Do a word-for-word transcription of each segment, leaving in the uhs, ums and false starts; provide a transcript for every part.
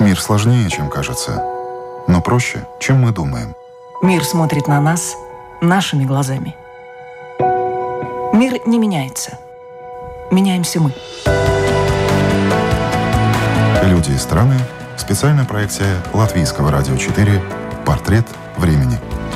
Мир сложнее, чем кажется, но проще, чем мы думаем. Мир смотрит на нас нашими глазами. Мир не меняется. Меняемся мы. Люди и страны. Специальная проекция Латвийского радио четыре «Портрет времени».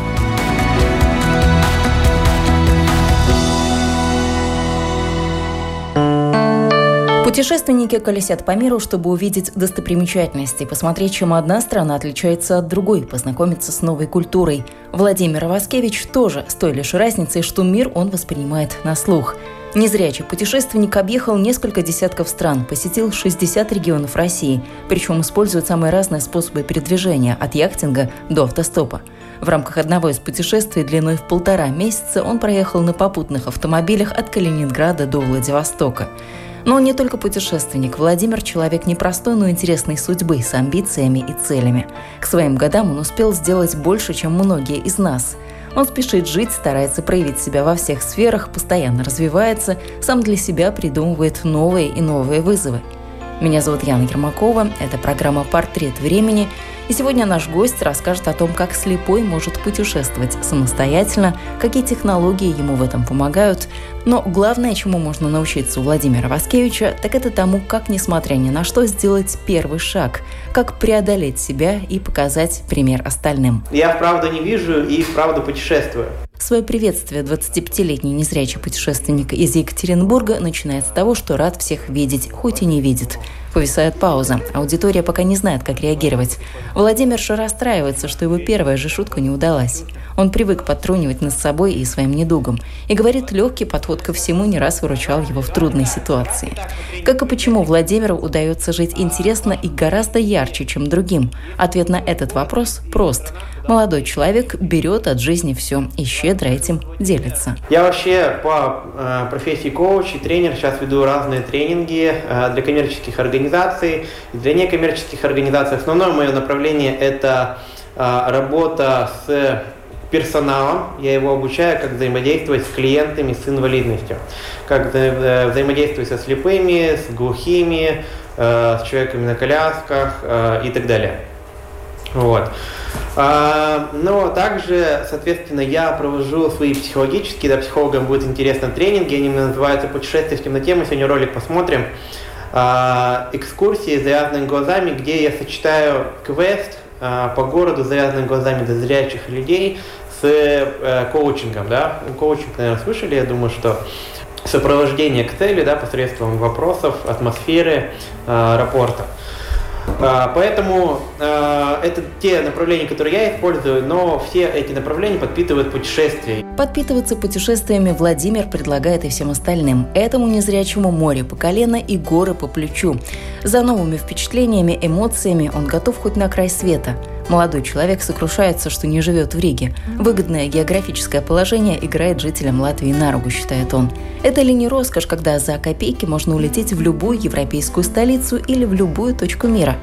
Путешественники колесят по миру, чтобы увидеть достопримечательности, посмотреть, чем одна страна отличается от другой, познакомиться с новой культурой. Владимир Васкевич тоже с той лишь разницей, что мир он воспринимает на слух. Незрячий путешественник объехал несколько десятков стран, посетил шестьдесят регионов России, причем использует самые разные способы передвижения, от яхтинга до автостопа. В рамках одного из путешествий длиной в полтора месяца он проехал на попутных автомобилях от Калининграда до Владивостока. Но он не только путешественник. Владимир – человек непростой, но интересной судьбы, с амбициями и целями. К своим годам он успел сделать больше, чем многие из нас. Он спешит жить, старается проявить себя во всех сферах, постоянно развивается, сам для себя придумывает новые и новые вызовы. Меня зовут Яна Ермакова, это программа «Портрет времени», и сегодня наш гость расскажет о том, как слепой может путешествовать самостоятельно, какие технологии ему в этом помогают. Но главное, чему можно научиться у Владимира Васкевича, так это тому, как, несмотря ни на что, сделать первый шаг, как преодолеть себя и показать пример остальным. Я вправду не вижу и вправду путешествую. Свое приветствие двадцатипятилетний незрячий путешественник из Екатеринбурга начинает с того, что рад всех видеть, хоть и не видит. Повисает пауза. Аудитория пока не знает, как реагировать. Владимир же расстраивается, что его первая же шутка не удалась. Он привык подтрунивать над собой и своим недугом. И говорит, легкий подход ко всему не раз выручал его в трудной ситуации. Как и почему Владимиру удается жить интересно и гораздо ярче, чем другим? Ответ на этот вопрос прост. Молодой человек берет от жизни все и щедро этим делится. Я вообще по э, профессии коуч и тренер сейчас веду разные тренинги э, для коммерческих организаций, для некоммерческих организаций. Основное мое направление – это э, работа с персоналом. Я его обучаю, как взаимодействовать с клиентами с инвалидностью, как вза- взаимодействовать со слепыми, с глухими, э, с человеками на колясках э, и так далее. Вот. А, но также, соответственно, я провожу свои психологические, да, психологам будет интересно тренинги, они называются «Путешествие в темноте», мы сегодня ролик посмотрим. А, экскурсии с завязанными глазами, где я сочетаю квест а, по городу с завязанными глазами для зрячих людей с а, коучингом. Да? Коучинг, наверное, слышали, я думаю, что сопровождение к цели, да, посредством вопросов, атмосферы а, аэропорта. Поэтому э, это те направления, которые я использую, но все эти направления подпитывают путешествия. Подпитываться путешествиями Владимир предлагает и всем остальным. Этому незрячему море по колено и горы по плечу. За новыми впечатлениями, эмоциями он готов хоть на край света. Молодой человек сокрушается, что не живет в Риге. Выгодное географическое положение играет жителям Латвии на руку, считает он. Это ли не роскошь, когда за копейки можно улететь в любую европейскую столицу или в любую точку мира?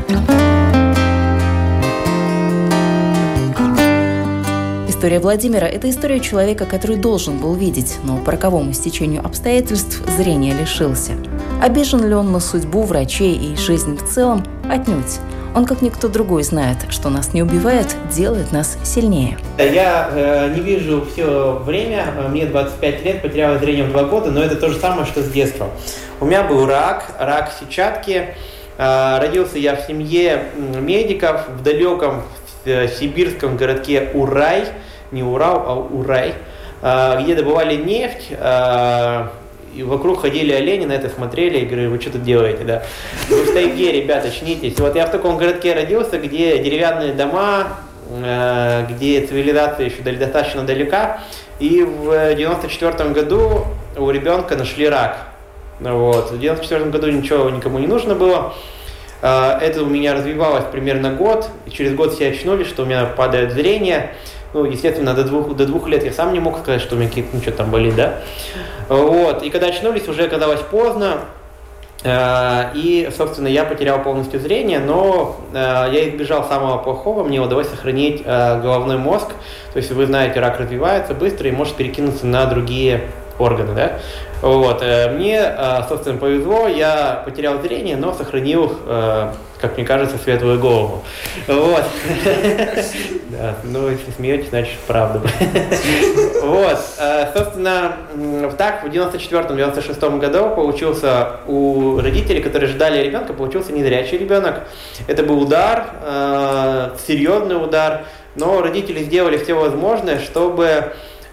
История Владимира – это история человека, который должен был видеть, но по роковому стечению обстоятельств зрения лишился. Обижен ли он на судьбу, врачей и жизнь в целом? Отнюдь. Он, как никто другой, знает, что нас не убивает, делает нас сильнее. Я э, не вижу все время, мне двадцать пять лет, потерял зрение в два года, но это то же самое, что с детства. У меня был рак, рак сетчатки. Э, родился я в семье медиков в далеком в сибирском городке Урай, не Урал, а Урай, э, где добывали нефть. Э, И вокруг ходили олени, на это смотрели и говорили, вы что тут делаете, да? Вы в тайге, ребята, очнитесь. Вот я в таком городке родился, где деревянные дома, э, где цивилизация еще достаточно далека. И в девяносто четвёртом году у ребенка нашли рак. Вот. В девяносто четвёртом году ничего никому не нужно было. Э, это у меня развивалось примерно год. И через год все очнулись, что у меня падает зрение. Ну, естественно, до двух, до двух лет я сам не мог сказать, что у меня какие-то, ну, что там болит, да. Вот. И когда очнулись, уже оказалось поздно. Э, и, собственно, я потерял полностью зрение, но э, я избежал самого плохого. Мне удалось сохранить э, головной мозг. То есть, вы знаете, рак развивается быстро и может перекинуться на другие органы, да. Вот. Мне, собственно, повезло, я потерял зрение, но сохранил, как мне кажется, светлую голову. Вот. Да, ну, если смеетесь, значит, правда. Вот. Собственно, так, в девяносто четвёртом — девяносто шестом году получился у родителей, которые ждали ребенка, получился незрячий ребенок. Это был удар, серьезный удар, но родители сделали все возможное, чтобы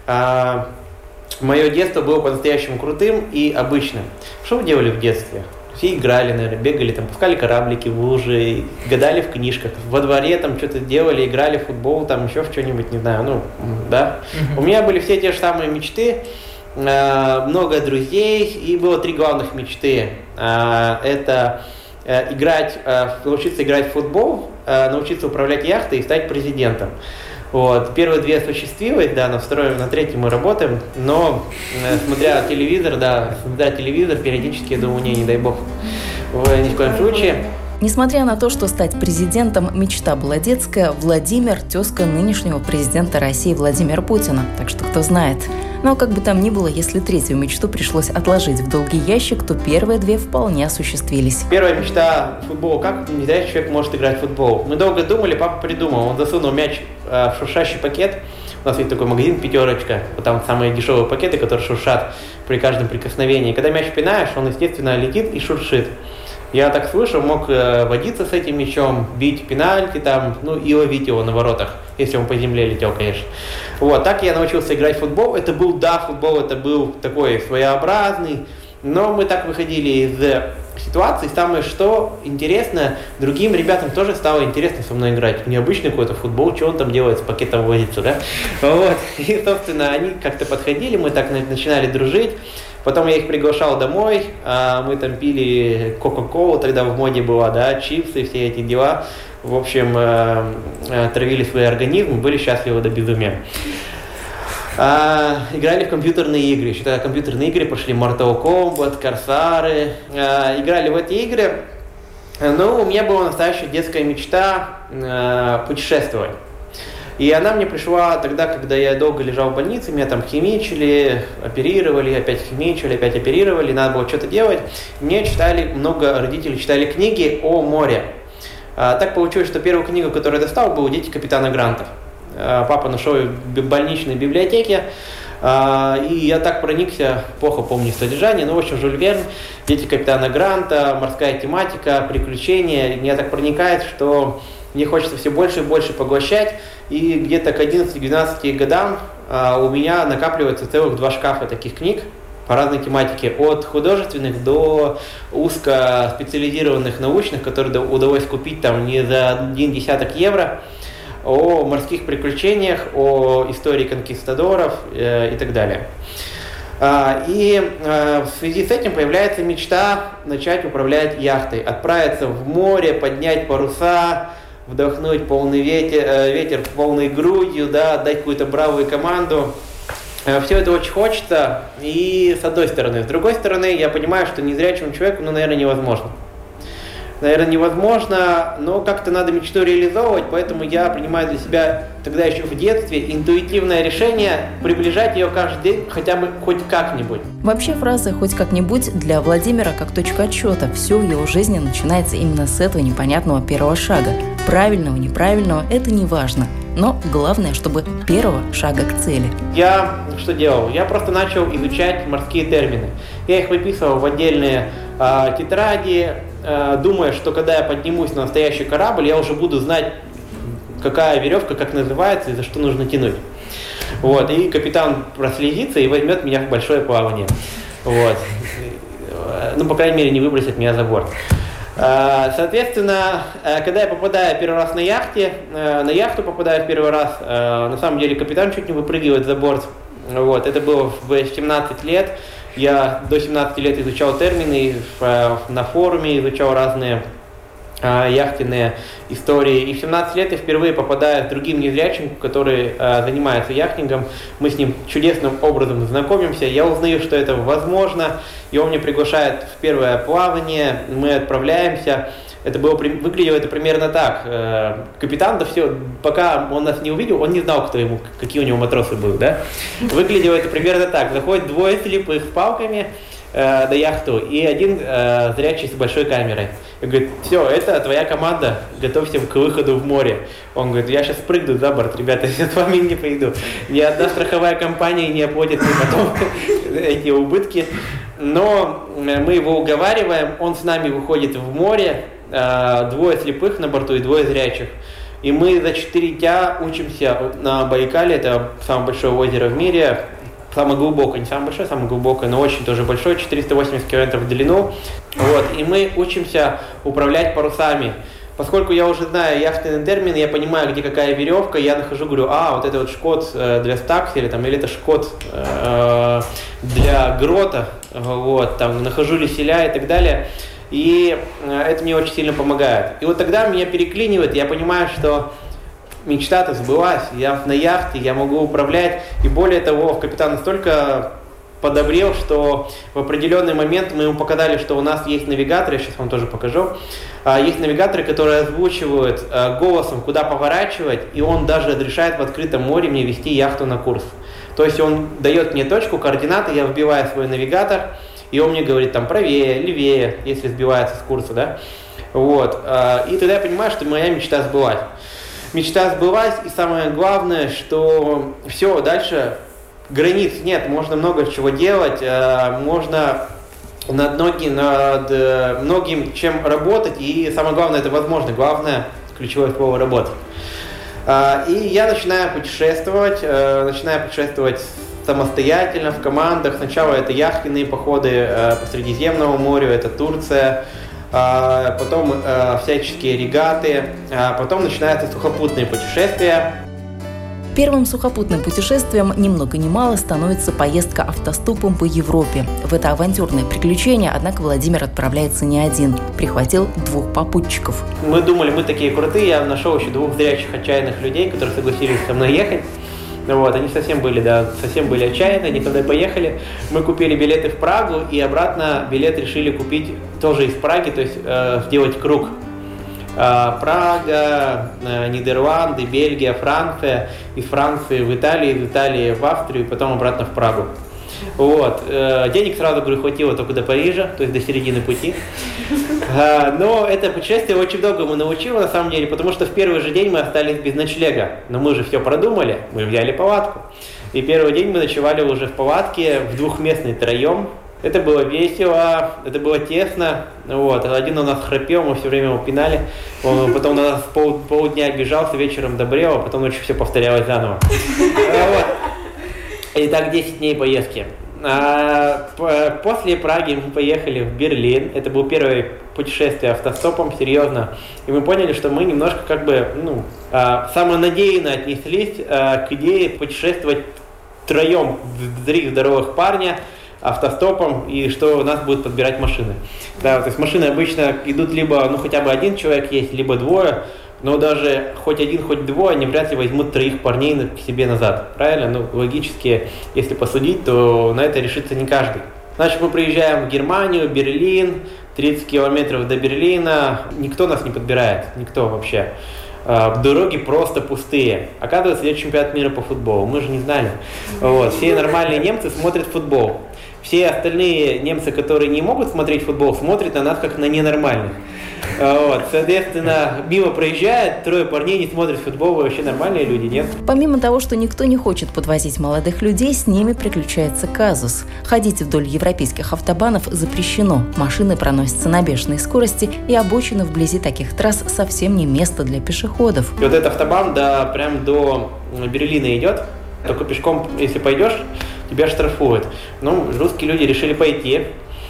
мое детство было по-настоящему крутым и обычным. Что вы делали в детстве? Все играли, наверное, бегали, там, пускали кораблики в лужи, гадали в книжках, во дворе там что-то делали, играли в футбол, там еще в что-нибудь, не знаю, ну, да. Mm-hmm. У меня были все те же самые мечты, э, много друзей, и было три главных мечты. Э, это э, играть, э, научиться играть в футбол, э, научиться управлять яхтой и стать президентом. Вот. Первые две осуществилось, да, на второй, на третьей мы работаем, но э, смотря телевизор, да, смотря телевизор, периодически я думаю, не, не дай бог, в, ни в коем случае. Несмотря на то, что стать президентом мечта была детская, Владимир – тезка нынешнего президента России Владимира Путина, так что кто знает. Но как бы там ни было, если третью мечту пришлось отложить в долгий ящик, то первые две вполне осуществились. Первая мечта – футбол. Как незрячий человек может играть в футбол? Мы долго думали, папа придумал. Он засунул мяч в шуршащий пакет. У нас есть такой магазин «Пятерочка». Вот там самые дешевые пакеты, которые шуршат при каждом прикосновении. Когда мяч пинаешь, он, естественно, летит и шуршит. Я так слышал, мог э, водиться с этим мячом, бить пенальти там, ну и ловить его на воротах, если он по земле летел, конечно. Вот, так я научился играть в футбол. Это был, да, футбол, это был такой своеобразный, но мы так выходили из ситуации. Самое что интересно, другим ребятам тоже стало интересно со мной играть. Необычный какой-то футбол, что он там делает, с пакетом возится, да? Вот, и, собственно, они как-то подходили, мы так начинали дружить. Потом я их приглашал домой, мы там пили кока-колу, тогда в моде была, да, чипсы, все эти дела. В общем, травили свои организмы, были счастливы до безумия. Играли в компьютерные игры, еще тогда компьютерные игры пошли, Mortal Kombat, Корсары. Играли в эти игры. Но у меня была настоящая детская мечта путешествовать. И она мне пришла тогда, когда я долго лежал в больнице, меня там химичили, оперировали, опять химичили, опять оперировали, надо было что-то делать. Мне читали, много родителей читали книги о море. А, так получилось, что первую книгу, которую я достал, была «Дети капитана Гранта». А, папа нашел ее в больничной библиотеке, а, и я так проникся, плохо помню содержание, но в общем Жюль Верн, «Дети капитана Гранта», морская тематика, приключения, меня так проникает, что мне хочется все больше и больше поглощать, и где-то к одиннадцати-двенадцати годам а, у меня накапливается целых два шкафа таких книг по разной тематике, от художественных до узкоспециализированных научных, которые удалось купить там не за один десяток евро, о морских приключениях, о истории конкистадоров э, и так далее. А, и э, в связи с этим появляется мечта начать управлять яхтой, отправиться в море, поднять паруса, вдохнуть полный ветер, ветер полной грудью, да, отдать какую-то бравую команду. Все это очень хочется, и с одной стороны. С другой стороны, я понимаю, что незрячему человеку, ну, наверное, невозможно. Наверное, невозможно, но как-то надо мечту реализовывать, поэтому я принимаю для себя тогда еще в детстве интуитивное решение приближать ее каждый день хотя бы хоть как-нибудь. Вообще фраза «хоть как-нибудь» для Владимира как точка отсчета. Все в его жизни начинается именно с этого непонятного первого шага. Правильного, неправильного – это не важно. Но главное, чтобы первого шага к цели. Я что делал? Я просто начал изучать морские термины. Я их выписывал в отдельные э, тетради, э, думая, что когда я поднимусь на настоящий корабль, я уже буду знать, какая веревка, как называется и за что нужно тянуть. Вот. И капитан прослезится и возьмет меня в большое плавание. Вот. Ну, по крайней мере, не выбросит меня за борт. Соответственно, когда я попадаю первый раз на яхте, на яхту попадаю в первый раз, на самом деле капитан чуть не выпрыгивает за борт. Вот, это было в семнадцать лет. Я до семнадцати лет изучал термины, на форуме изучал разные яхтенные истории. И в семнадцать лет я впервые попадаю с другим незрячим, который э, занимается яхтингом. Мы с ним чудесным образом знакомимся. Я узнаю, что это возможно. И он меня приглашает в первое плавание. Мы отправляемся. Это было, выглядело это примерно так. Э, капитан, да все, пока он нас не увидел, он не знал, кто ему, какие у него матросы будут. Да? Выглядело это примерно так. Заходит двое слепых с палками э, на яхту и один э, зрячий с большой камерой. И говорит, все, это твоя команда, готовься к выходу в море. Он говорит, я сейчас прыгну за борт, ребята, я с вами не пойду. Ни одна страховая компания не оплатит мне потом эти убытки. Но мы его уговариваем, он с нами выходит в море, двое слепых на борту и двое зрячих. И мы за четыре дня учимся на Байкале, это самое большое озеро в мире, самое глубокое, не самое большое, самое глубокое, но очень тоже большое, четыреста восемьдесят километров в длину. Вот, и мы учимся управлять парусами. Поскольку я уже знаю яхтенный термин, я понимаю, где какая веревка, я нахожу, говорю, а, вот это вот шкот для стакселя, там, или это шкот э, для грота, вот, там, нахожу леселя и так далее. И это мне очень сильно помогает. И вот тогда меня переклинивает, я понимаю, что мечта-то сбылась, я на яхте, я могу управлять, и более того, капитан настолько подобрел, что в определенный момент мы ему показали, что у нас есть навигаторы, я сейчас вам тоже покажу, есть навигаторы, которые озвучивают голосом, куда поворачивать, и он даже разрешает в открытом море мне вести яхту на курс. То есть он дает мне точку, координаты, я вбиваю свой навигатор, и он мне говорит там правее, левее, если сбивается с курса, да, вот, и тогда я понимаю, что моя мечта сбылась. Мечта сбылась, и самое главное, что все, дальше границ нет, можно много чего делать, можно над, ноги, над многим чем работать, и самое главное, это возможно, главное, ключевое слово работать. И я начинаю путешествовать, начинаю путешествовать самостоятельно, в командах. Сначала это яхтенные походы по Средиземному морю, это Турция, потом всяческие регаты, потом начинаются сухопутные путешествия. Первым сухопутным путешествием ни много ни мало становится поездка автостопом по Европе. В это авантюрное приключение, однако, Владимир отправляется не один. Прихватил двух попутчиков. Мы думали, мы такие крутые, я нашел еще двух зрячих отчаянных людей, которые согласились со мной ехать. Вот, они совсем были, да, совсем были отчаянны, они туда поехали. Мы купили билеты в Прагу и обратно билет решили купить тоже из Праги, то есть э, сделать круг. Э, Прага, э, Нидерланды, Бельгия, Франция, из Франции в Италию, из Италии в Австрию, потом обратно в Прагу. Вот. Денег сразу, говорю, хватило только до Парижа, то есть до середины пути. Но это путешествие очень многому научило, на самом деле, потому что в первый же день мы остались без ночлега. Но мы же все продумали, мы взяли палатку. И первый день мы ночевали уже в палатке, в двухместной троем. Это было весело, это было тесно. Вот. Один у нас храпел, мы все время его пинали. Он потом на нас пол, полдня обижался, вечером добрел, а потом ночью все повторялось заново. Вот. И так десять дней поездки. А после Праги мы поехали в Берлин. Это было первое путешествие автостопом, серьезно. И мы поняли, что мы немножко как бы ну, самонадеянно отнеслись к идее путешествовать втроем, три здоровых парня автостопом, и что у нас будут подбирать машины. Да, то есть машины обычно идут либо, ну хотя бы один человек есть, либо двое. Но даже хоть один, хоть двое, они вряд ли возьмут троих парней к себе назад. Правильно? Ну, логически, если посудить, то на это решится не каждый. Значит, мы приезжаем в Германию, Берлин, тридцать километров до Берлина. Никто нас не подбирает, никто вообще. Дороги просто пустые. Оказывается, идет чемпионат мира по футболу. Мы же не знали. Вот. Все нормальные немцы смотрят футбол. Все остальные немцы, которые не могут смотреть футбол, смотрят на нас как на ненормальных. Вот, соответственно, мимо проезжает, трое парней не смотрят футбол, вообще нормальные люди, нет? Помимо того, что никто не хочет подвозить молодых людей, с ними приключается казус. Ходить вдоль европейских автобанов запрещено. Машины проносятся на бешеной скорости, и обочины вблизи таких трасс совсем не место для пешеходов. И вот этот автобан, да, прям до Берлина идет. Только пешком, если пойдешь, тебя штрафуют. Ну, русские люди решили пойти.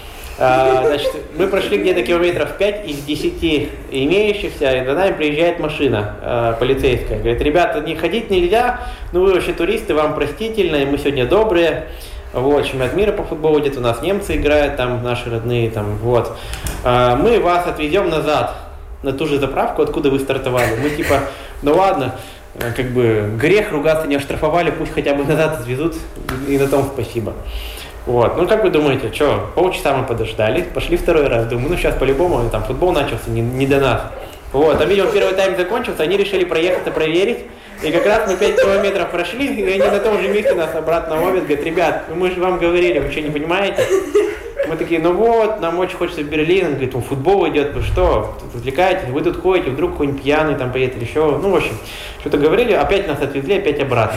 А, значит, мы прошли где-то километров пять из десяти имеющихся, и за нами приезжает машина а, полицейская. Говорит, ребята, не ходить нельзя, ну вы вообще туристы, вам простительно, и мы сегодня добрые. Вот, чемпионат мира по футболу, где-то у нас немцы играют, там наши родные, там, вот. А, мы вас отвезем назад. на ту же заправку, откуда вы стартовали. Мы типа, ну ладно, как бы грех ругаться, не оштрафовали, пусть хотя бы назад отвезут, и на том спасибо. Вот, ну как вы думаете, что, полчаса мы подождали, пошли второй раз, думаю, ну сейчас по-любому, там футбол начался, не, не до нас. Вот, а видимо, первый тайм закончился, они решили проехать и проверить, и как раз мы пять километров прошли, и они на том же месте нас обратно ловят, говорят, ребят, мы же вам говорили, вы что, не понимаете? Мы такие, ну вот, нам очень хочется в Берлин, он говорит, он футбол идет, вы что, тут развлекаетесь, вы тут ходите, вдруг какой-нибудь пьяный там поедет или еще, ну в общем, что-то говорили, опять нас отвезли, опять обратно.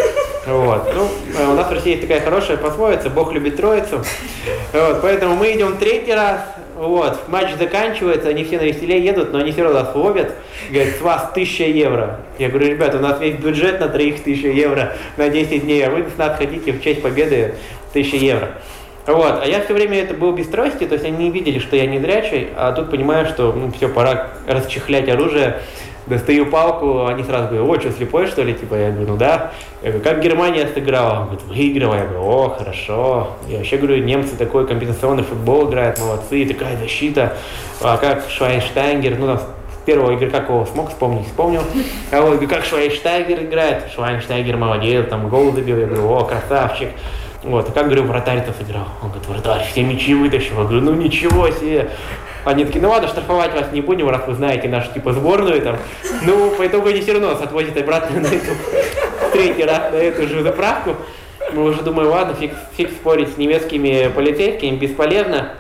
Вот. Ну, у нас в России есть такая хорошая пословица, Бог любит троицу. Вот, поэтому мы идем третий раз. Вот, матч заканчивается, они все на веселе едут, но они все равно нас ловят. Говорят, с вас тысяча евро. Я говорю, ребята, у нас весь бюджет на троих тысяча евро на десять дней, а вы с нас хотите в честь победы тысяча евро. Вот, а я все время это был без трости, то есть они не видели, что я не зрячий, а тут понимаю, что ну, все, пора расчехлять оружие. Достаю палку, они сразу говорят, о, что, слепой, что ли? Типа, я говорю, ну да. Я говорю, как Германия сыграла? Он говорит, выиграла. Я говорю, о, хорошо. Я вообще говорю, немцы такой компенсационный футбол играют, молодцы, такая защита. А как Швайнштайгер, ну там первого игрока, кого смог вспомнить, вспомнил. А вот, как Швайнштайгер играет? Швайнштайгер молодец, там гол забил. Я говорю, о, красавчик. Вот, а как, говорю, вратарь-то сыграл? Он говорит, вратарь все мячи вытащил. Я говорю, ну ничего себе. Они такие, ну ладно, штрафовать вас не будем, раз вы знаете нашу типа сборную там. Ну, по итогу они все равно нас отвозят обратно на эту, третий раз на эту же заправку. Мы уже думаем, ладно, фиг, фиг спорить с немецкими полицейскими, бесполезно.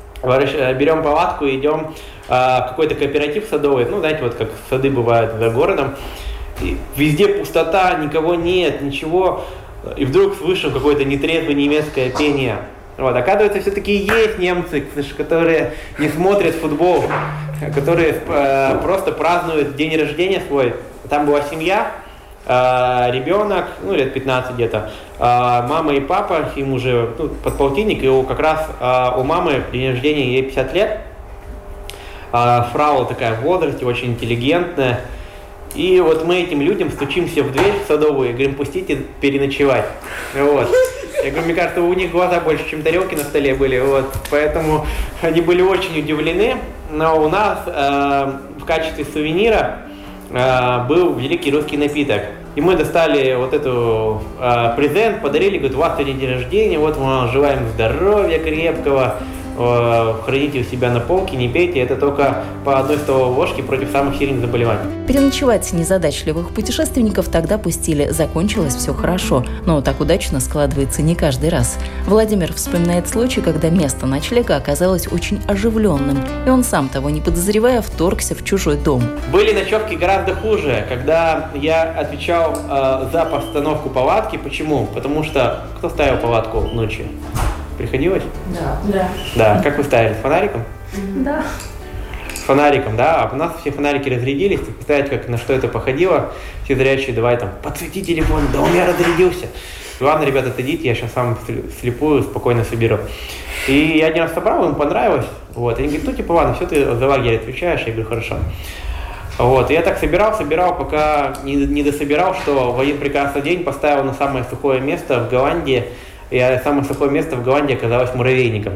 Берем палатку и идем а, в какой-то кооператив садовый. Ну, знаете, вот как сады бывают за городом. И везде пустота, никого нет, ничего. И вдруг слышим какое-то нетрезвое немецкое пение. Вот, оказывается, все-таки есть немцы, которые не смотрят футбол, которые э, просто празднуют день рождения свой. Там была семья, э, ребенок, ну лет пятнадцать где-то, э, мама и папа, им уже ну, подполтинник, и у, как раз э, у мамы день рождения, ей пятьдесят лет. Э, фрау такая в возрасте, очень интеллигентная. И вот мы этим людям стучимся в дверь в садовую и говорим, пустите переночевать. Вот. Я говорю, мне кажется, у них глаза больше, чем тарелки на столе были, вот, поэтому они были очень удивлены, но у нас э, в качестве сувенира э, был великий русский напиток. И мы достали вот эту э, презент, подарили, говорят, у вас сегодня день рождения, вот мы вам желаем здоровья крепкого, э, храните у себя на полке, не пейте, это только по одной столовой ложке против самых сильных заболеваний. Переночевать незадачливых путешественников тогда пустили, закончилось все хорошо, но так удачно складывается не каждый раз. Владимир вспоминает случай, когда место ночлега оказалось очень оживленным, и он сам, того не подозревая, вторгся в чужой дом. Были ночевки гораздо хуже, когда я отвечал э, за постановку палатки. Почему? Потому что кто ставил палатку ночью? Приходилось? Да. Да. Да. Как вы ставили? С фонариком? Да. С фонариком, да. А у нас все фонарики разрядились. Представляете, как на что это походило? Все зрячие, давай там, подсвети телефон, да у меня разрядился. Ладно, ребята, отойдите, я сейчас сам слепую спокойно соберу. И я один раз собрал, им понравилось. Вот. И они говорят, ну типа, ладно, все, ты за лагерь отвечаешь. Я говорю, хорошо. Вот. И я так собирал, собирал, пока не, не дособирал, что в один прекрасный день поставил на самое сухое место в Голландии. И самое сухое место в Голландии оказалось муравейником.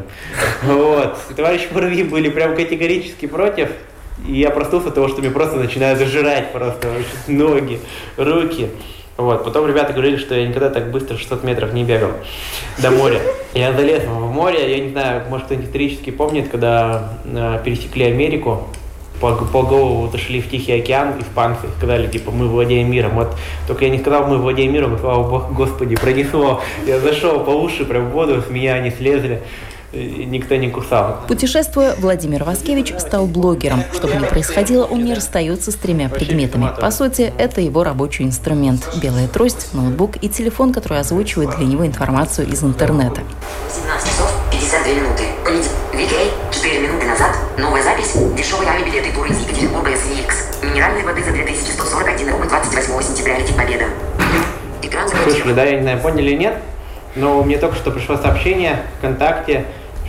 Вот. И товарищи муравьи были прям категорически против. И я проснулся от того, что мне просто начинают зажирать просто ноги, руки. Вот. Потом ребята говорили, что я никогда так быстро шестьсот метров не бегал до моря. Я залез в море, я не знаю, может кто-нибудь исторически помнит, когда э, пересекли Америку, по, по голову зашли в Тихий океан испанцы, сказали, типа, мы владеем миром. Вот только я не сказал, мы владеем миром, и слава богу, Господи, пронесло. Я зашел по уши, прям в воду, с меня они слезли. Никто не кусал. Путешествуя, Владимир Васкевич стал блогером. Что бы ни происходило, он не расстается с тремя предметами. По сути, это его рабочий инструмент. Белая трость, ноутбук и телефон, который озвучивает для него информацию из интернета. семнадцать часов пятьдесят две минуты. Понедельник. Викей. четыре минуты назад. Новая запись. Дешевые авиабилеты туры из Екатеринбурга эс ви икс. Минеральной воды за две тысячи сто сорок один рубль двадцать восьмого сентября летит победа. Экран заблокирован. Слушали, да, я не знаю, поняли или нет, но мне только что пришло сообщение ВКонтакте,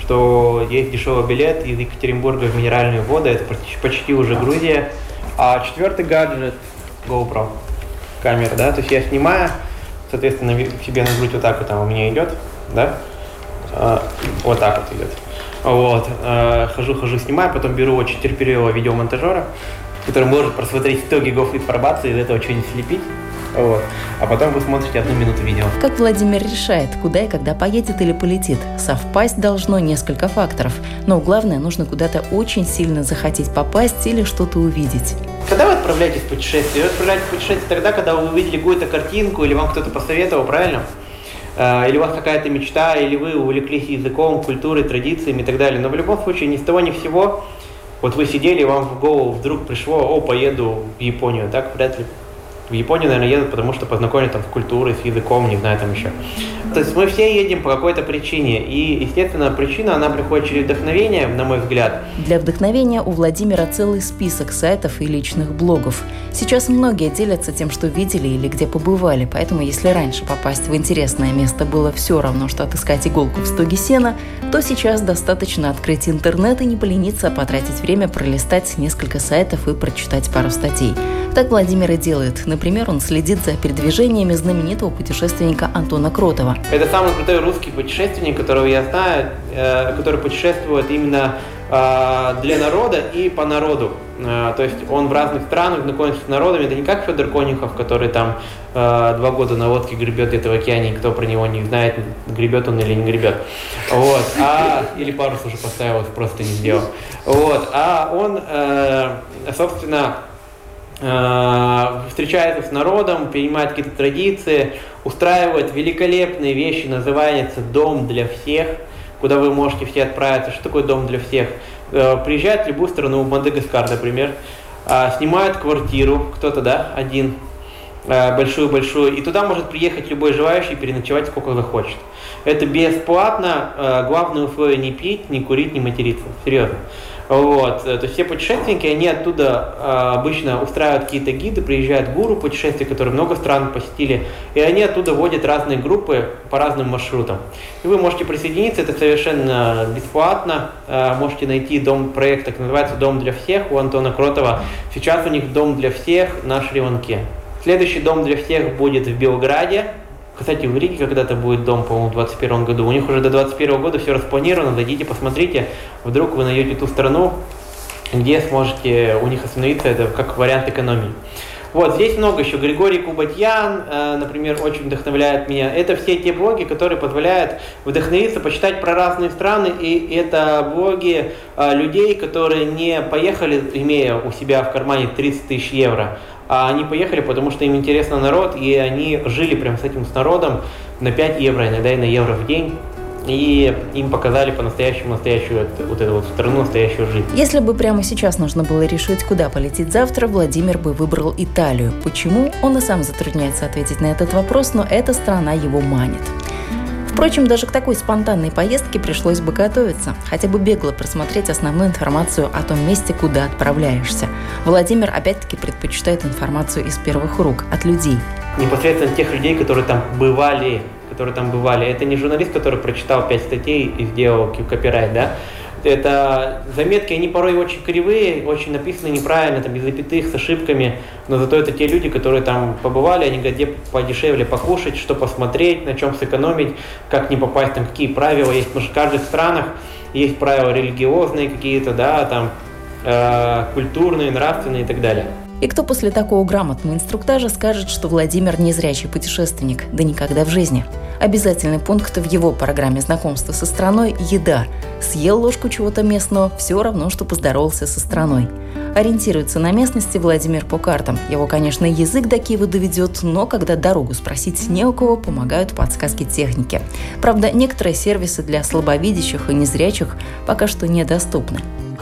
что есть дешевый билет из Екатеринбурга в Минеральную воду, это почти, почти уже Грузия. А четвертый гаджет GoPro, камера, да, то есть я снимаю, соответственно, себе на грудь вот так вот там у меня идет, да, а, вот так вот идет. Вот. Хожу, хожу, снимаю, потом беру очень терпеливого видеомонтажера, который может просмотреть сто гигов информации и из этого что-нибудь слепить. Вот. А потом вы смотрите одну минуту видео. Как Владимир решает, куда и когда поедет или полетит? Совпасть должно несколько факторов. Но главное, нужно куда-то очень сильно захотеть попасть или что-то увидеть. Когда вы отправляетесь в путешествие? Вы отправляетесь в путешествие тогда, когда вы увидели какую-то картинку, или вам кто-то посоветовал, правильно? Или у вас какая-то мечта, или вы увлеклись языком, культурой, традициями и так далее. Но в любом случае, ни с того, ни с сего, вот вы сидели, и вам в голову вдруг пришло: о, поеду в Японию, так? Вряд ли. В Японию, наверное, едут, потому что познакомились там с культурой, с языком, не знаю, там еще. То есть мы все едем по какой-то причине. И, естественно, причина, она приходит через вдохновение, на мой взгляд. Для вдохновения у Владимира целый список сайтов и личных блогов. Сейчас многие делятся тем, что видели или где побывали. Поэтому, если раньше попасть в интересное место было все равно, что отыскать иголку в стоге сена, то сейчас достаточно открыть интернет и не полениться, а потратить время пролистать несколько сайтов и прочитать пару статей. Так Владимир и делает. Например, он следит за передвижениями знаменитого путешественника Антона Кротова. Это самый крутой русский путешественник, которого я знаю, э, который путешествует именно э, для народа и по народу. Э, то есть он в разных странах знакомится с народами. Это не как Федор Конюхов, который там э, два года на лодке гребет где-то в океане, никто про него не знает, гребет он или не гребет. Вот. А, или парус уже поставил, просто не сделал. Вот. А он, э, собственно, встречается с народом, перенимает какие-то традиции, устраивает великолепные вещи, называется «Дом для всех», куда вы можете все отправиться. Что такое «Дом для всех»? Приезжают в любую страну, в Мадагаскар, например, снимают квартиру, кто-то, да, один, большую-большую, и туда может приехать любой желающий, переночевать сколько захочет. Это бесплатно, главное условие — не пить, не курить, не материться. Серьезно. Вот. То есть все путешественники, они оттуда а, обычно устраивают какие-то гиды, приезжают гуру путешествий, которые много стран посетили, и они оттуда водят разные группы по разным маршрутам. И вы можете присоединиться, это совершенно бесплатно, а, можете найти дом, проект, так называется «Дом для всех» у Антона Кротова. Сейчас у них «Дом для всех» на Шри-Ланке. Следующий «Дом для всех» будет в Белграде. Кстати, в Риге когда-то будет дом, по-моему, в двадцать первом году. У них уже до двадцать первого года все распланировано. Зайдите, посмотрите. Вдруг вы найдете ту страну, где сможете у них остановиться. Это как вариант экономии. Вот, здесь много еще. Григорий Кубатьян, э, например, очень вдохновляет меня. Это все те блоги, которые позволяют вдохновиться, почитать про разные страны. И это блоги э, людей, которые не поехали, имея у себя в кармане тридцать тысяч евро, а они поехали, потому что им интересно народ, и они жили прям с этим с народом на пять евро, иногда и на евро в день. И им показали по-настоящему настоящую вот эту вот страну, настоящую жизнь. Если бы прямо сейчас нужно было решить, куда полететь завтра, Владимир бы выбрал Италию. Почему? Он и сам затрудняется ответить на этот вопрос, но эта страна его манит. Впрочем, даже к такой спонтанной поездке пришлось бы готовиться, хотя бы бегло просмотреть основную информацию о том месте, куда отправляешься. Владимир опять-таки предпочитает информацию из первых рук, от людей. Непосредственно тех людей, которые там бывали, которые там бывали. Это не журналист, который прочитал пять статей и сделал копирайт, да? Это заметки, они порой очень кривые, очень написаны неправильно, там, без запятых, с ошибками, но зато это те люди, которые там побывали, они говорят, где подешевле покушать, что посмотреть, на чем сэкономить, как не попасть, там, какие правила есть, потому что в каждых странах есть правила религиозные какие-то, да, там, э, культурные, нравственные и так далее. И кто после такого грамотного инструктажа скажет, что Владимир незрячий путешественник? Да никогда в жизни. Обязательный пункт в его программе знакомства со страной – еда. Съел ложку чего-то местного – все равно, что поздоровался со страной. Ориентируется на местности Владимир по картам. Его, конечно, язык до Киева доведет, но когда дорогу спросить не у кого, помогают подсказки техники. Правда, некоторые сервисы для слабовидящих и незрячих пока что недоступны.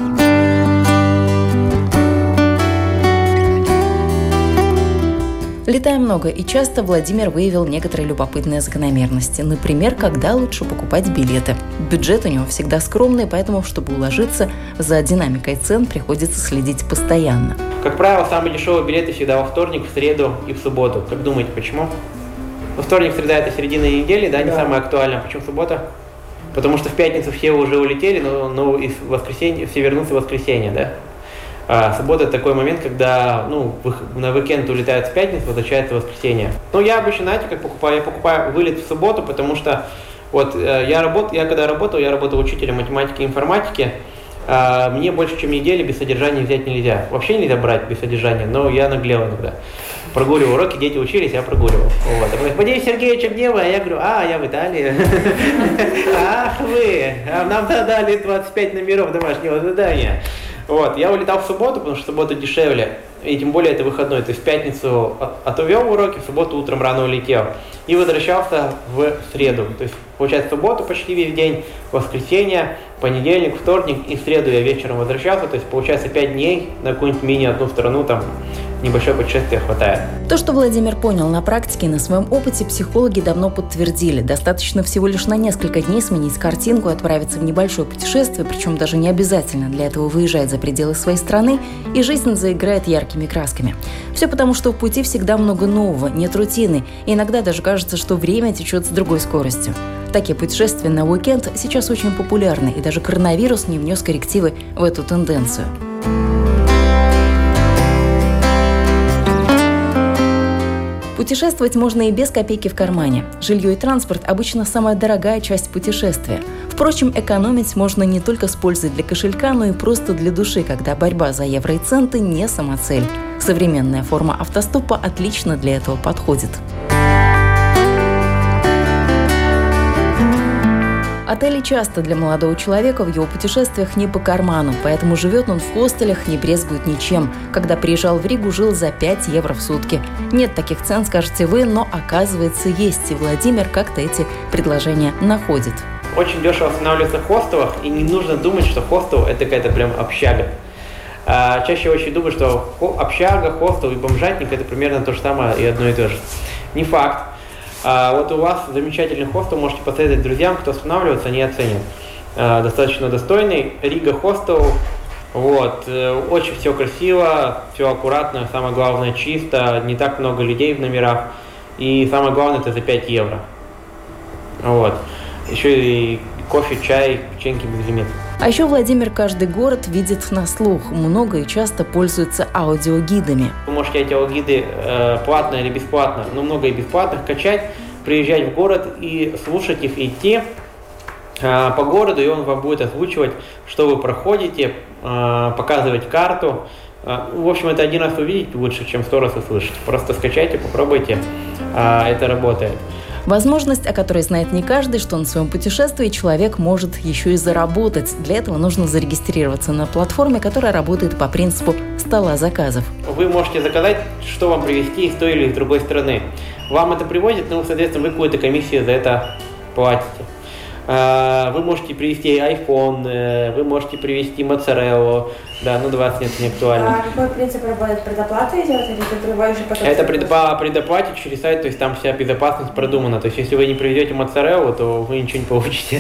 Летая много и часто, Владимир выявил некоторые любопытные закономерности. Например, когда лучше покупать билеты. Бюджет у него всегда скромный, поэтому, чтобы уложиться, за динамикой цен приходится следить постоянно. Как правило, самые дешевые билеты всегда во вторник, в среду и в субботу. Как думаете, почему? Во вторник, среда – это середина недели, да, не да. самое актуальное. Почему суббота? Потому что в пятницу все уже улетели, но, но и в воскресенье, все вернутся в воскресенье, да? А суббота – это такой момент, когда ну, на уикенд улетают в пятницу, возвращается в воскресенье. Ну, я обычно, знаете, как покупаю? Я покупаю вылет в субботу, потому что Вот я, работ, я когда работал, я работал учителем математики и информатики, мне больше, чем недели без содержания взять нельзя. Вообще нельзя брать без содержания, но я наглел иногда. Прогуливал уроки, дети учились, я прогуливал. Вот. А потом, Вадим Сергеевич, где вы? А я говорю, а, я в Италии. Ах вы, нам дали двадцать пять номеров домашнего задания. Вот. Я улетал в субботу, потому что суббота дешевле. И тем более это выходной. То есть в пятницу отвел уроки, в субботу утром рано улетел. И возвращался в среду. То есть получается в субботу почти весь день, воскресенье, понедельник, вторник и в среду я вечером возвращался. То есть получается пять дней на какую-нибудь мини одну страну там небольшое путешествие хватает. То, что Владимир понял на практике и на своем опыте, психологи давно подтвердили. Достаточно всего лишь на несколько дней сменить картинку и отправиться в небольшое путешествие, причем даже не обязательно для этого выезжать за пределы своей страны, и жизнь заиграет яркими красками. Все потому, что в пути всегда много нового, нет рутины, и иногда даже кажется, что время течет с другой скоростью. Такие путешествия на уикенд сейчас очень популярны, и даже коронавирус не внес коррективы в эту тенденцию. Путешествовать можно и без копейки в кармане. Жилье и транспорт – обычно самая дорогая часть путешествия. Впрочем, экономить можно не только с пользой для кошелька, но и просто для души, когда борьба за евро и центы не самоцель. Современная форма автостопа отлично для этого подходит. Отели часто для молодого человека в его путешествиях не по карману, поэтому живет он в хостелях, не брезгует ничем. Когда приезжал в Ригу, жил за пять евро в сутки. Нет таких цен, скажете вы, но оказывается есть, и Владимир как-то эти предложения находит. Очень дешево останавливаться в хостелах, и не нужно думать, что хостел – это какая-то прям общага. А, чаще очень думаю, что общага, хостел и бомжатник – это примерно то же самое и одно и то же. Не факт. А вот у вас замечательный хостел, можете посоветовать друзьям, кто останавливается, они оценят. А, достаточно достойный. Рига хостел, вот, очень все красиво, все аккуратно, самое главное чисто, не так много людей в номерах. И самое главное это за пять евро. Вот. Еще и кофе, чай, печеньки без лимита. А еще Владимир каждый город видит на слух. Много и часто пользуется аудиогидами. Вы можете эти аудиогиды э, платно или бесплатно, но много и бесплатных качать, приезжать в город и слушать их, идти э, по городу, и он вам будет озвучивать, что вы проходите, э, показывать карту. Э, в общем, это один раз увидеть лучше, чем сто раз услышать. Просто скачайте, попробуйте, э, это работает. Возможность, о которой знает не каждый, что на своем путешествии человек может еще и заработать. Для этого нужно зарегистрироваться на платформе, которая работает по принципу стола заказов. Вы можете заказать, что вам привезти из той или из другой страны. Вам это привозят, ну, соответственно, вы какую-то комиссию за это платите. Вы можете привезти iPhone, вы можете привезти моцареллу. Да, ну двадцать нет, не актуально. А какой принцип работает? Предоплату идет или ты привозишь потом? Это по предоплате через сайт, то есть там вся безопасность продумана. То есть если вы не привезете моцареллу, то вы ничего не получите.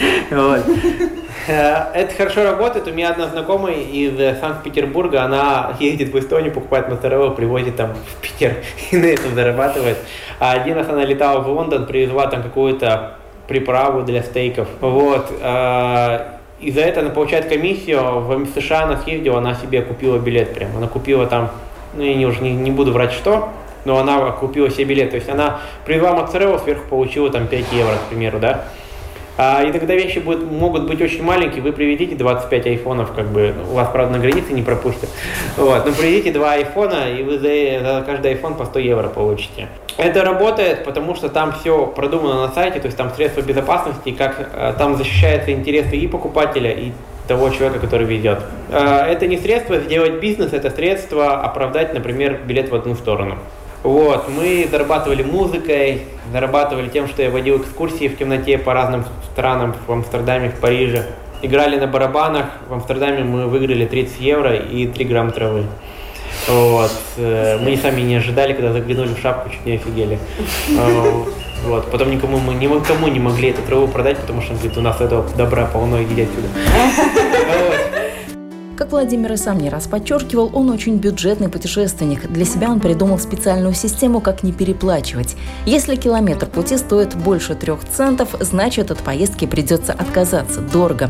Это хорошо работает. У меня одна знакомая из Санкт-Петербурга, она ездит в Эстонию, покупает моцареллу, привозит там в Питер и на этом зарабатывает. А один раз она летала в Лондон, привезла там какую-то приправу для стейков. Вот. И за это она получает комиссию. В США она съездила, она себе купила билет прям. Она купила там, ну я не, уже не, не буду врать что, но она купила себе билет. То есть она привезла моцареллу, сверху получила там пять евро, к примеру, да. А, и тогда вещи будут, могут быть очень маленькие. Вы приведите двадцать пять айфонов, как бы, у вас, правда, на границе не пропустят. Вот, но приведите два айфона, и вы за, за каждый айфон по сто евро получите. Это работает, потому что там все продумано на сайте, то есть там средства безопасности, как там защищаются интересы и покупателя, и того человека, который везет. Это не средство сделать бизнес, это средство оправдать, например, билет в одну сторону. Вот, мы зарабатывали музыкой, зарабатывали тем, что я водил экскурсии в темноте по разным странам, в Амстердаме, в Париже. Играли на барабанах, в Амстердаме мы выиграли тридцать евро и три грамма травы. Вот. Мы сами не ожидали, когда заглянули в шапку, чуть не офигели. Вот. Потом никому мы никому не могли эту траву продать, потому что, говорит, у нас этого добра полно, иди отсюда. Вот. Как Владимир и сам не раз подчеркивал, он очень бюджетный путешественник. Для себя он придумал специальную систему, как не переплачивать. Если километр пути стоит больше трех центов, значит от поездки придется отказаться. Дорого.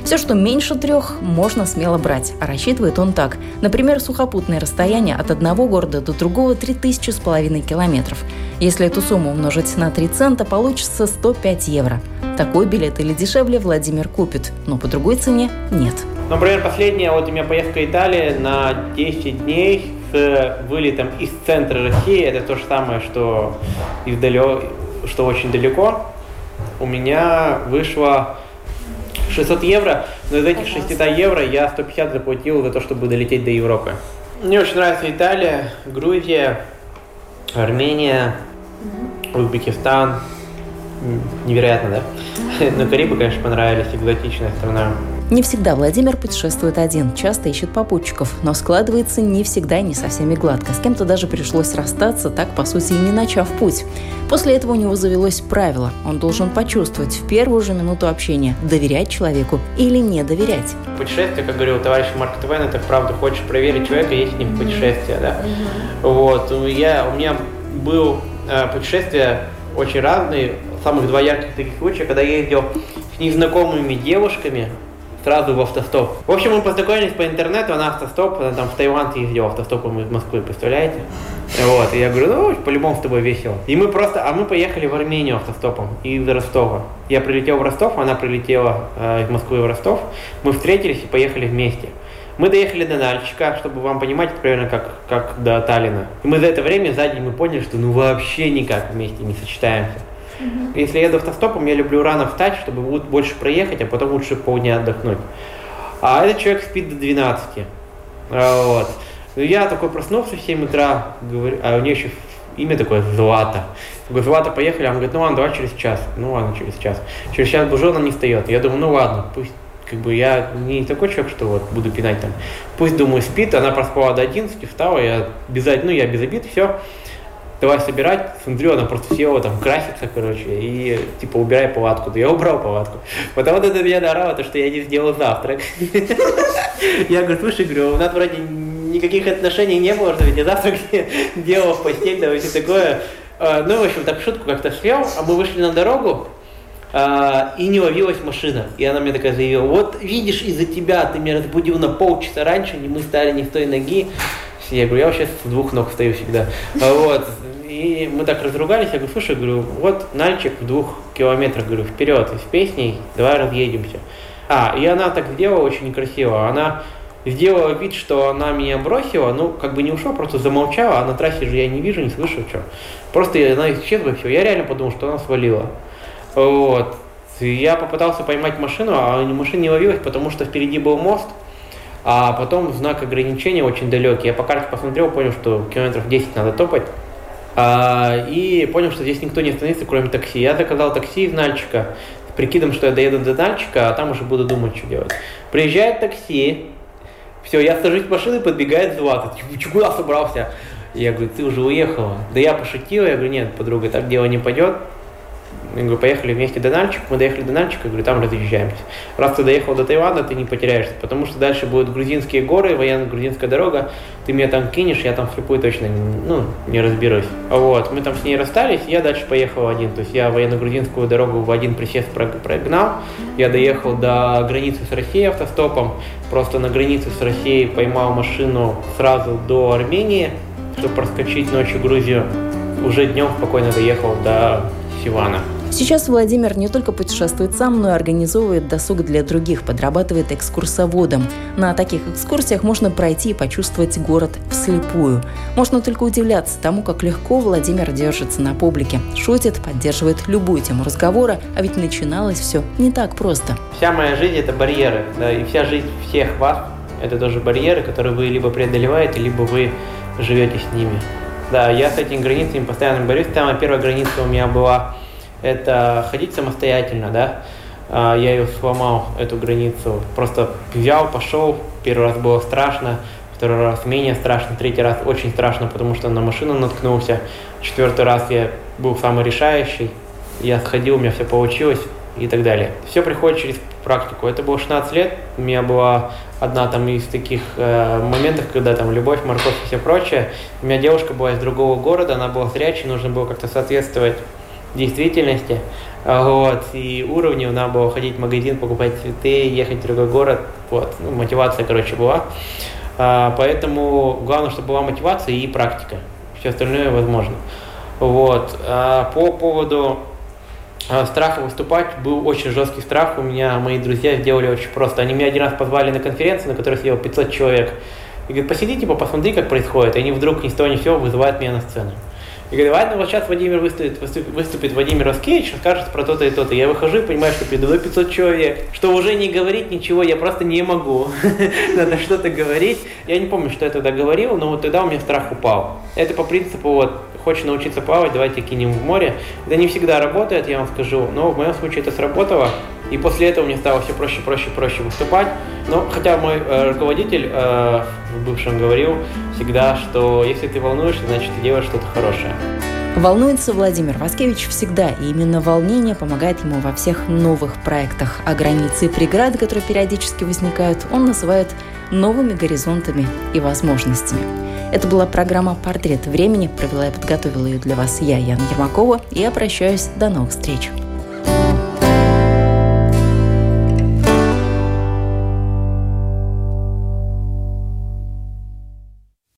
Все, что меньше трех, можно смело брать, а рассчитывает он так. Например, сухопутное расстояние от одного города до другого три тысячи с половиной километров. Если эту сумму умножить на три цента, получится сто пять евро. Такой билет или дешевле Владимир купит, но по другой цене нет. Например, последняя вот у меня поездка в Италию на десять дней с вылетом из центра России. Это то же самое, что, издалё, что очень далеко. У меня вышло шестьсот евро, но из этих шестьсот евро я сто пятьдесят заплатил за то, чтобы долететь до Европы. Мне очень нравится Италия, Грузия, Армения, Узбекистан. Невероятно, да? Но Карибы, конечно, понравились, экзотичная страна. Не всегда Владимир путешествует один, часто ищет попутчиков, но складывается не всегда и не со всеми гладко. С кем-то даже пришлось расстаться, так, по сути, и не начав путь. После этого у него завелось правило. Он должен почувствовать в первую же минуту общения, доверять человеку или не доверять. Путешествие, как говорил товарищ Марк Твен, это правда, хочешь проверить человека, едь с ним в путешествие, да? Вот, я, у меня было э, путешествие очень разные. Самых два ярких таких случая, когда я ездил с незнакомыми девушками сразу в автостоп. В общем, мы познакомились по интернету, она автостоп, она там в Таиланд ездила автостопом из Москвы, представляете? Вот, и я говорю, ну, по-любому с тобой весело. И мы просто, а мы поехали в Армению автостопом из Ростова. Я прилетел в Ростов, она прилетела э, из Москвы в Ростов. Мы встретились и поехали вместе. Мы доехали до Нальчика, чтобы вам понимать, это примерно как, как до Таллина. И мы за это время сзади мы поняли, что ну вообще никак вместе не сочетаемся. Mm-hmm. Если я еду автостопом, я люблю рано встать, чтобы больше проехать, а потом лучше полдня отдохнуть. А этот человек спит до двенадцати. Вот. Я такой проснулся в семь утра, говорю, а у нее еще имя такое Злата. Я говорю, Злата, поехали. Она говорит, ну ладно, давай через час. Ну ладно, через час. Через час уже она не встает. Я думаю, ну ладно, пусть. Как бы я не такой человек, что вот буду пинать там. Пусть, думаю, спит, она проспала до одиннадцати, встала, я без, ну, я без обид, все. Давай собирать. Смотрю, она просто села там, красится, короче, и типа убирай палатку. Да я убрал палатку. Потом вот это меня наорало, то, что я не сделал завтрак. Я говорю, слушай, говорю, у нас вроде никаких отношений не было, что я завтрак делал в постель, да, и все такое. Ну, в общем, так в шутку как-то съел, а мы вышли на дорогу, Uh, и не ловилась машина. И она мне такая заявила, вот видишь, из-за тебя ты меня разбудил на полчаса раньше, мы стали не с той ноги. Я говорю, я вообще с двух ног встаю всегда. Вот. И мы так разругались, я говорю, слушай, говорю, вот Нальчик в двух километрах, говорю, вперед, с песней, давай разъедемся. А, и она так сделала очень некрасиво. Она сделала вид, что она меня бросила, ну, как бы не ушла, просто замолчала, а на трассе же я не вижу, не слышу, что. Просто она исчезла, все. Я реально подумал, что она свалила. Вот. Я попытался поймать машину, а машина не ловилась, потому что впереди был мост, а потом знак ограничения очень далекий. Я по карте посмотрел, понял, что километров десять надо топать, а, и понял, что здесь никто не остановится, кроме такси. Я заказал такси из Нальчика с прикидом, что я доеду до Нальчика, а там уже буду думать, что делать. Приезжает такси, все, я сажусь в машину, подбегает Злата. Куда собрался? Я говорю, ты уже уехала. Да я пошутил, я говорю, нет, подруга, так дело не пойдет. Я говорю, поехали вместе до Нальчика, мы доехали до Нальчика, я говорю, там разъезжаемся. Раз ты доехал до Таиланда, ты не потеряешься, потому что дальше будут грузинские горы, военно-грузинская дорога, ты меня там кинешь, я там вслепую точно ну, не разберусь. Вот, мы там с ней расстались, я дальше поехал один, то есть я военно-грузинскую дорогу в один присест прогнал, я доехал до границы с Россией автостопом, просто на границе с Россией поймал машину сразу до Армении, чтобы проскочить ночью Грузию, уже днем спокойно доехал до Сивана. Сейчас Владимир не только путешествует сам, но и организовывает досуг для других, подрабатывает экскурсоводом. На таких экскурсиях можно пройти и почувствовать город вслепую. Можно только удивляться тому, как легко Владимир держится на публике. Шутит, поддерживает любую тему разговора, а ведь начиналось все не так просто. Вся моя жизнь – это барьеры, да, и вся жизнь всех вас – это тоже барьеры, которые вы либо преодолеваете, либо вы живете с ними. Да, я с этими границами постоянно борюсь. Самая первая граница у меня была – это ходить самостоятельно, да. Я ее сломал, эту границу. Просто взял, пошел. Первый раз было страшно, второй раз менее страшно, третий раз очень страшно, потому что на машину наткнулся. Четвертый раз я был самый решающий. Я сходил, у меня все получилось и так далее. Все приходит через практику. Это было шестнадцать лет. У меня была одна там из таких э, моментов, когда там любовь, морковь и все прочее. У меня девушка была из другого города, она была зрячей, нужно было как-то соответствовать действительности. Вот, и уровнем надо было ходить в магазин, покупать цветы, ехать в другой город. Вот, ну, мотивация, короче, была. А, поэтому главное, чтобы была мотивация и практика. Все остальное возможно. Вот. А, по поводу а, страха выступать, был очень жесткий страх. У меня мои друзья сделали очень просто. Они меня один раз позвали на конференцию, на которой сидело пятьсот человек. И говорят, посиди, типа, посмотри, как происходит. И они вдруг ни с того ни с сего вызывают меня на сцену. И говорю, ладно, вот сейчас Владимир выступит, выступит, выступит Владимир Васкевич, расскажет про то-то и то-то. Я выхожу и понимаю, что передо мной пятьсот человек, что уже не говорить ничего, я просто не могу. Надо что-то говорить. Я не помню, что я тогда говорил, но вот тогда у меня страх упал. Это по принципу, вот, хочешь научиться плавать, давайте кинем в море. Это не всегда работает, я вам скажу, но в моем случае это сработало. И после этого мне стало все проще, проще, проще выступать. Но хотя мой э, руководитель э, в бывшем говорил всегда, что если ты волнуешься, значит ты делаешь что-то хорошее. Волнуется Владимир Васкевич всегда, и именно волнение помогает ему во всех новых проектах. А границы и преграды, которые периодически возникают, он называет новыми горизонтами и возможностями. Это была программа «Портрет времени». Провела и подготовила ее для вас я, Яна Ермакова. И я прощаюсь. До новых встреч.